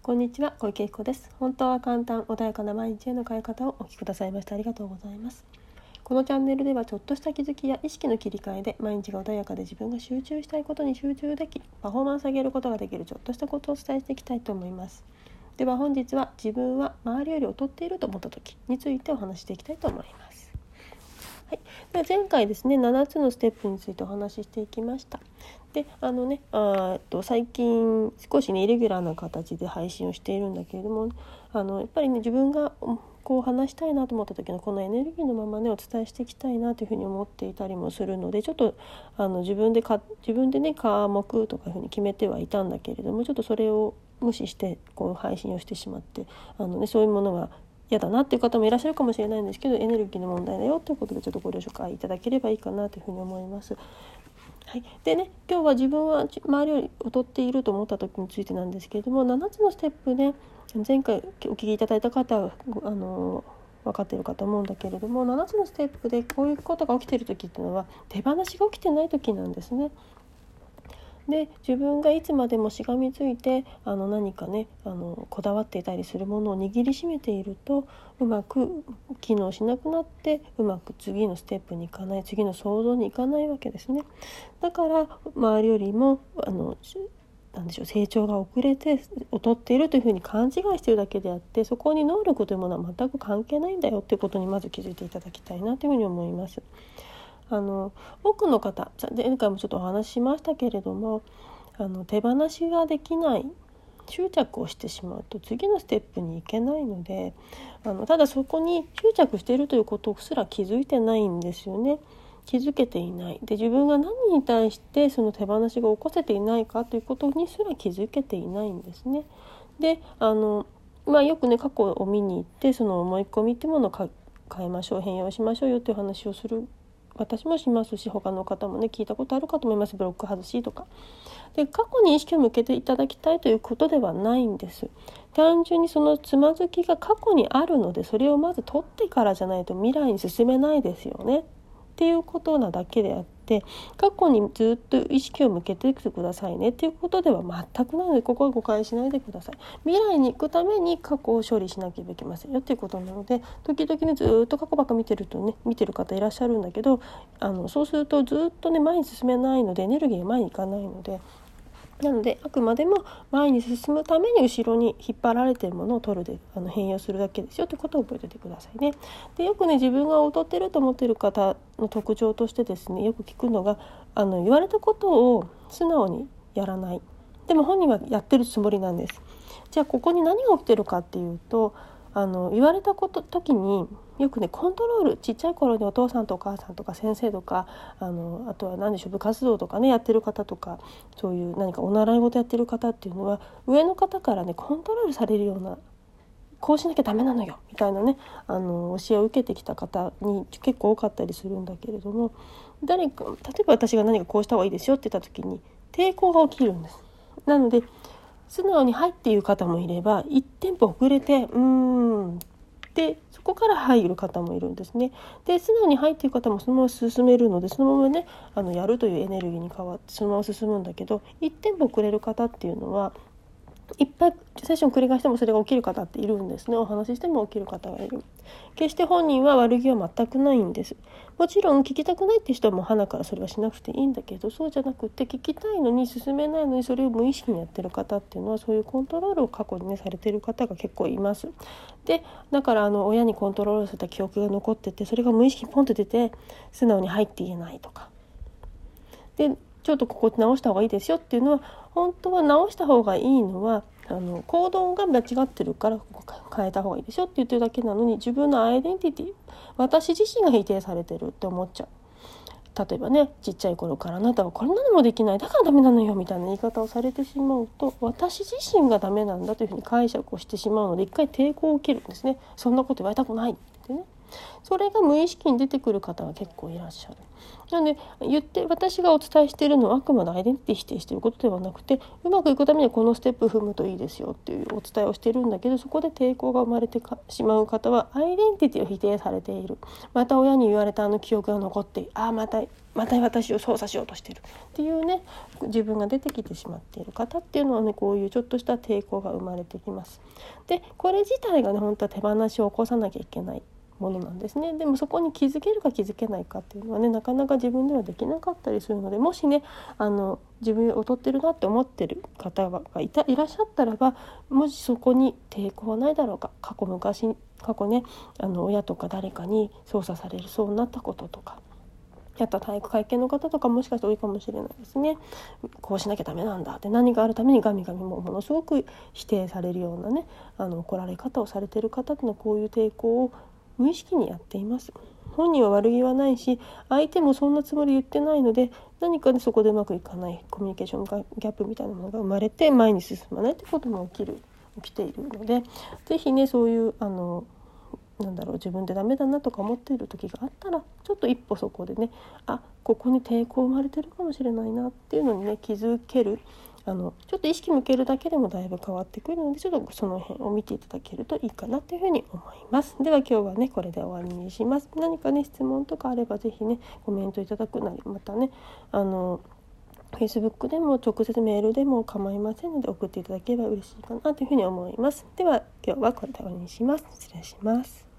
こんにちは、小池子です。本当は簡単、穏やかな毎日への変え方をお聞きくださいましてありがとうございます。このチャンネルではちょっとした気づきや意識の切り替えで毎日が穏やかで自分が集中したいことに集中でき、パフォーマンスを上げることができるちょっとしたことをお伝えしていきたいと思います。では本日は自分は周りより劣っていると思った時についてお話していきたいと思います。はい、では前回ですね、7つのステップについてお話ししていきました。で最近少しねイレギュラーな形で配信をしているんだけれども、やっぱりね自分がこう話したいなと思った時のこのエネルギーのままねお伝えしていきたいなというふうに思っていたりもするので、ちょっと自分でね科目とかいうふうに決めてはいたんだけれども、ちょっとそれを無視してこう配信をしてしまってそういうものが嫌だなっていう方もいらっしゃるかもしれないんですけど、エネルギーの問題だよということでちょっとご了承いただければいいかなというふうに思います。はい、でね、今日は自分は周りより劣っていると思った時についてなんですけれども、7つのステップね、前回お聞きいただいた方は分かっているかと思うんだけれども、7つのステップでこういうことが起きている時っていうのは手放しが起きてない時なんですね。で自分がいつまでもしがみついて何かねこだわっていたりするものを握りしめているとうまく機能しなくなって、うまく次のステップに行かない、次の想像に行かないわけですね。だから周りよりも成長が遅れて劣っているというふうに勘違いしているだけであって、そこに能力というものは全く関係ないんだよということにまず気づいていただきたいなというふうに思います。多くの方、前回もちょっとお話ししましたけれども、手放しができない、執着をしてしまうと次のステップに行けないので、ただそこに執着しているということすら気づいてないんですよね。気づけていない。で自分が何に対してその手放しが起こせていないかということにすら気づけていないんですね。でよくね過去を見に行ってその思い込みっていうものを変えましょう、変容しましょうよという話をする私もしますし、他の方もね聞いたことあるかと思います。ブロック外しとかで過去に意識を向けていただきたいということではないんです。単純にそのつまずきが過去にあるので、それをまず取ってからじゃないと未来に進めないですよねっていうことなだけであって、過去にずっと意識を向けてくださいねっていうことでは全くないので、ここは誤解しないでください。未来に行くために過去を処理しなければいけませんよっていうことなので、時々ねずっと過去ばっか見てる方いらっしゃるんだけど、そうするとずっとね前に進めないのでエネルギーが前に行かないので、なのであくまでも前に進むために後ろに引っ張られているものを取るで変容するだけですよということを覚えておいてくださいね。でよくね自分が劣っていると思っている方の特徴としてですね、よく聞くのが言われたことを素直にやらない。でも本人はやってるつもりなんです。じゃあここに何が起きてるかっていうと、言われた時によくねコントロール、ちっちゃい頃にお父さんとお母さんとか先生とかあとは何でしょう、部活動とかねやってる方とか、そういう何かお習い事やってる方っていうのは上の方からねコントロールされるような、こうしなきゃダメなのよみたいなね教えを受けてきた方に結構多かったりするんだけれども、例えば私が何かこうした方がいいですよって言った時に抵抗が起きるんです。なので素直に「はい」っていう方もいれば、1テンポ遅れてでそこから入る方もいるんですね。で素直に「はい」っていう方もそのまま進めるので、そのままねやるというエネルギーに変わってそのまま進むんだけど、1テンポ遅れる方っていうのはいっぱいセッション繰り返してもそれが起きる方っているんですね。お話ししても起きる方がいる。決して本人は悪気は全くないんです。もちろん聞きたくないっていう人はもう鼻からそれはしなくていいんだけど、そうじゃなくて聞きたいのに進めないのにそれを無意識にやってる方っていうのは、そういうコントロールを過去にねされてる方が結構います。でだから親にコントロールされた記憶が残ってて、それが無意識にポンと出て素直に「はい」って言えないとかで、ちょっとここ直した方がいいですよっていうのは、本当は直した方がいいのは行動が間違ってるから変えた方がいいでしょって言ってるだけなのに、自分のアイデンティティ、私自身が否定されてるって思っちゃう。例えばね、ちっちゃい頃から「あなたはこれなのもできない、だからダメなのよ」みたいな言い方をされてしまうと、私自身がダメなんだというふうに解釈をしてしまうので、一回抵抗を受けるんですね。そんなこと言われたくないってね。 それが無意識に出てくる方が結構いらっしゃる。なので私がお伝えしているのはあくまでアイデンティティ否定していることではなくて、うまくいくためにはこのステップ踏むといいですよっていうお伝えをしているんだけど、そこで抵抗が生まれてしまう方はアイデンティティを否定されている、また親に言われた記憶が残ってまた私を操作しようとしているっていうね、自分が出てきてしまっている方っていうのはね、こういうちょっとした抵抗が生まれてきます。でこれ自体がね、本当は手放しを起こさなきゃいけないものなんですね。でもそこに気づけるか気づけないかっていうのはね、なかなか自分ではできなかったりするので、もしね自分を劣ってるなって思ってる方がいらっしゃったらば、もしそこに抵抗はないだろうか、過去ね親とか誰かに操作されそうになったこととか、やった体育会系の方とかもしかして多いかもしれないですね。こうしなきゃダメなんだって何があるためにガミガミものすごく否定されるようなね怒られ方をされている方っていうのは、こういう抵抗を無意識にやっています。本人は悪気はないし、相手もそんなつもり言ってないので、何かでそこでうまくいかないコミュニケーションギャップみたいなものが生まれて前に進まないってことも起きているので、ぜひねそういう自分でダメだなとか思っている時があったら、ちょっと一歩そこでね、ここに抵抗生まれてるかもしれないなっていうのにね気づける、ちょっと意識向けるだけでもだいぶ変わってくるので、ちょっとその辺を見ていただけるといいかなというふうに思います。では今日はねこれで終わりにします。何かね質問とかあればぜひねコメントいただくなり、またねFacebook でも直接メールでも構いませんので送っていただければ嬉しいかなというふうに思います。では今日はこれで終わりにします。失礼します。